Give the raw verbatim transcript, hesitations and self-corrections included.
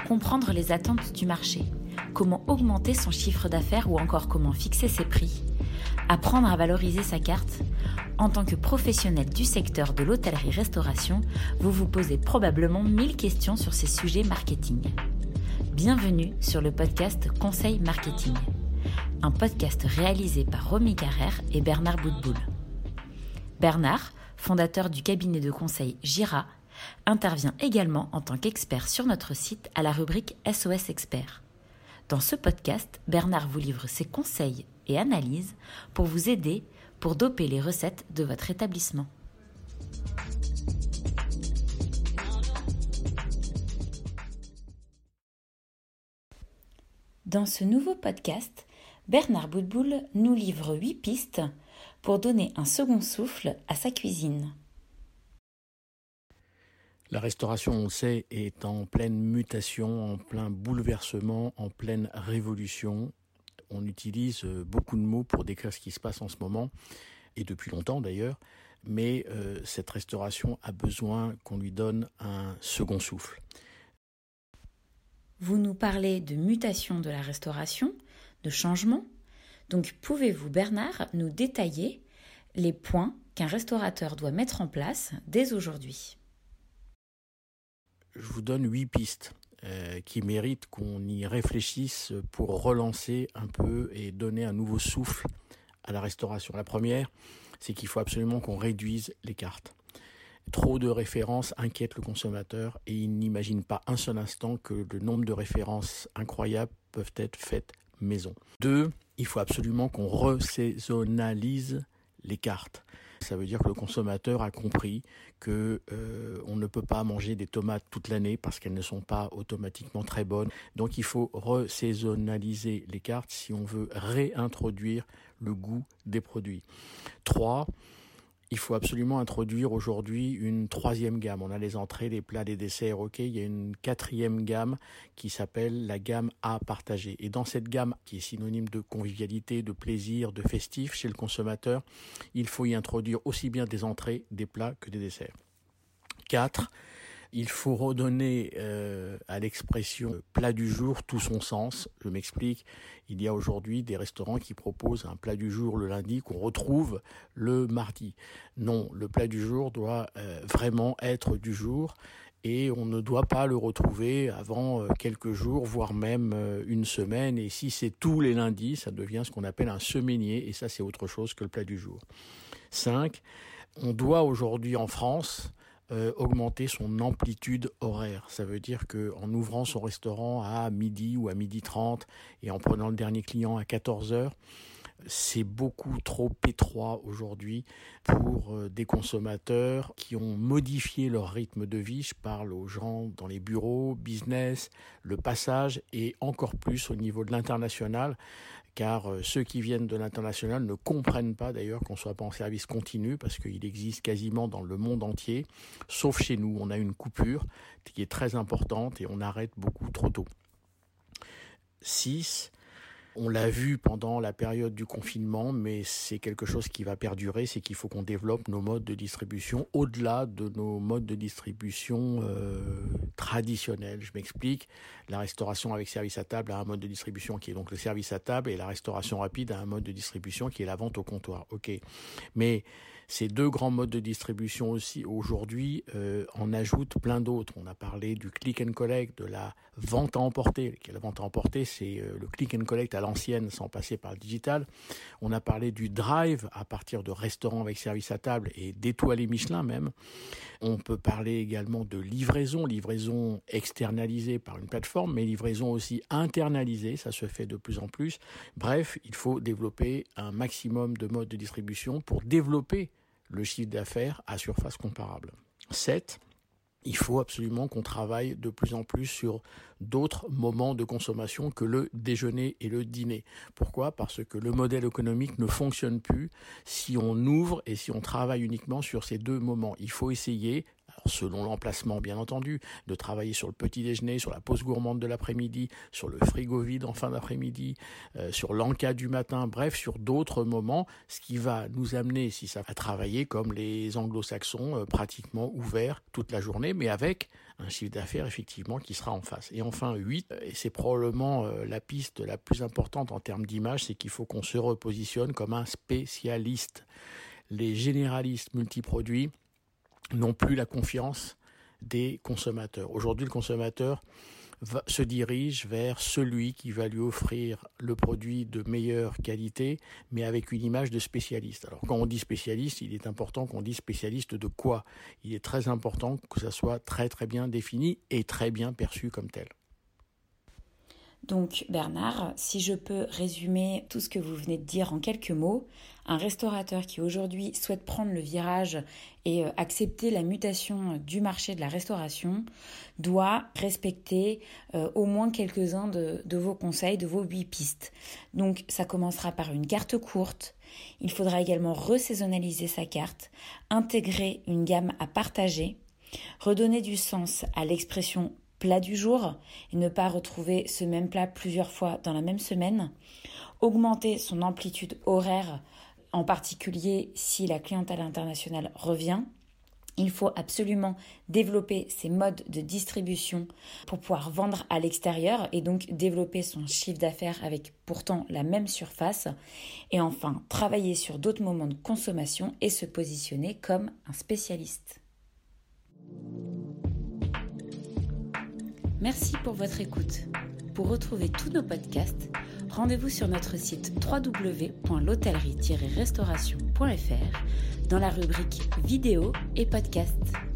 comprendre les attentes du marché, comment augmenter son chiffre d'affaires ou encore comment fixer ses prix, apprendre à valoriser sa carte. En tant que professionnel du secteur de l'hôtellerie-restauration, vous vous posez probablement mille questions sur ces sujets marketing. Bienvenue sur le podcast Conseil Marketing, un podcast réalisé par Romy Carrère et Bernard Boutboul. Bernard, fondateur du cabinet de conseil Gira, intervient également en tant qu'expert sur notre site à la rubrique S O S Expert. Dans ce podcast, Bernard vous livre ses conseils et analyses pour vous aider pour doper les recettes de votre établissement. Dans ce nouveau podcast, Bernard Boutboul nous livre huit pistes pour donner un second souffle à sa cuisine. La restauration, on le sait, est en pleine mutation, en plein bouleversement, en pleine révolution. On utilise beaucoup de mots pour décrire ce qui se passe en ce moment, et depuis longtemps d'ailleurs, mais euh, cette restauration a besoin qu'on lui donne un second souffle. Vous nous parlez de mutation de la restauration, de changement. Donc pouvez-vous, Bernard, nous détailler les points qu'un restaurateur doit mettre en place dès aujourd'hui ? Je vous donne huit pistes euh, qui méritent qu'on y réfléchisse pour relancer un peu et donner un nouveau souffle à la restauration. La première, c'est qu'il faut absolument qu'on réduise les cartes. Trop de références inquiètent le consommateur et il n'imagine pas un seul instant que le nombre de références incroyables peuvent être faites maison. Deux, il faut absolument qu'on resaisonnalise les cartes. Ça veut dire que le consommateur a compris que euh, on ne peut pas manger des tomates toute l'année parce qu'elles ne sont pas automatiquement très bonnes. Donc il faut resaisonnaliser les cartes si on veut réintroduire le goût des produits. Trois, il faut absolument introduire aujourd'hui une troisième gamme. On a les entrées, les plats, les desserts, ok. Il y a une quatrième gamme qui s'appelle la gamme à partager. Et dans cette gamme, qui est synonyme de convivialité, de plaisir, de festif chez le consommateur, il faut y introduire aussi bien des entrées, des plats que des desserts. Quatre, il faut redonner euh, à l'expression plat du jour tout son sens. Je m'explique, il y a aujourd'hui des restaurants qui proposent un plat du jour le lundi qu'on retrouve le mardi. Non, le plat du jour doit euh, vraiment être du jour et on ne doit pas le retrouver avant euh, quelques jours, voire même euh, une semaine. Et si c'est tous les lundis, ça devient ce qu'on appelle un semainier et ça c'est autre chose que le plat du jour. Cinq, on doit aujourd'hui en France Euh, augmenter son amplitude horaire. Ça veut dire qu'en ouvrant son restaurant à midi ou à midi trente et en prenant le dernier client à quatorze heures, c'est beaucoup trop étroit aujourd'hui pour euh, des consommateurs qui ont modifié leur rythme de vie. Je parle aux gens dans les bureaux, business, le passage et encore plus au niveau de l'international. Car euh, ceux qui viennent de l'international ne comprennent pas d'ailleurs qu'on ne soit pas en service continu parce qu'il existe quasiment dans le monde entier, sauf chez nous. On a une coupure qui est très importante et on arrête beaucoup trop tôt. Six, on l'a vu pendant la période du confinement, mais c'est quelque chose qui va perdurer, c'est qu'il faut qu'on développe nos modes de distribution au-delà de nos modes de distribution euh, traditionnels. Je m'explique, la restauration avec service à table a un mode de distribution qui est donc le service à table et la restauration rapide a un mode de distribution qui est la vente au comptoir. Ok, mais ces deux grands modes de distribution aussi aujourd'hui euh, en ajoutent plein d'autres. On a parlé du click and collect, de la vente à emporter. La vente à emporter, c'est euh, le click and collect à l'ancienne sans passer par le digital. On a parlé du drive à partir de restaurants avec service à table et d'étoilés Michelin même. On peut parler également de livraison, livraison externalisée par une plateforme, mais livraison aussi internalisée, ça se fait de plus en plus. Bref, il faut développer un maximum de modes de distribution pour développer le chiffre d'affaires à surface comparable. sept. Il faut absolument qu'on travaille de plus en plus sur d'autres moments de consommation que le déjeuner et le dîner. Pourquoi ? Parce que le modèle économique ne fonctionne plus si on ouvre et si on travaille uniquement sur ces deux moments. Il faut essayer, alors selon l'emplacement bien entendu, de travailler sur le petit déjeuner, sur la pause gourmande de l'après-midi, sur le frigo vide en fin d'après-midi, euh, sur l'encas du matin, bref, sur d'autres moments, ce qui va nous amener, si ça va travailler comme les anglo-saxons, euh, pratiquement ouverts toute la journée, mais avec un chiffre d'affaires effectivement qui sera en face. Et enfin, huit, et c'est probablement euh, la piste la plus importante en termes d'image, c'est qu'il faut qu'on se repositionne comme un spécialiste. Les généralistes multiproduits n'ont plus la confiance des consommateurs. Aujourd'hui, le consommateur va, se dirige vers celui qui va lui offrir le produit de meilleure qualité, mais avec une image de spécialiste. Alors, quand on dit spécialiste, il est important qu'on dise spécialiste de quoi ? Il est très important que ça soit très très bien défini et très bien perçu comme tel. Donc Bernard, si je peux résumer tout ce que vous venez de dire en quelques mots, un restaurateur qui aujourd'hui souhaite prendre le virage et accepter la mutation du marché de la restauration doit respecter euh, au moins quelques-uns de, de vos conseils, de vos huit pistes. Donc ça commencera par une carte courte, il faudra également resaisonnaliser sa carte, intégrer une gamme à partager, redonner du sens à l'expression plat du jour et ne pas retrouver ce même plat plusieurs fois dans la même semaine, augmenter son amplitude horaire, en particulier si la clientèle internationale revient. Il faut absolument développer ses modes de distribution pour pouvoir vendre à l'extérieur et donc développer son chiffre d'affaires avec pourtant la même surface. Et enfin, travailler sur d'autres moments de consommation et se positionner comme un spécialiste. Merci pour votre écoute. Pour retrouver tous nos podcasts, rendez-vous sur notre site w w w point l'hôtellerie tiret restauration point f r dans la rubrique vidéo et podcasts.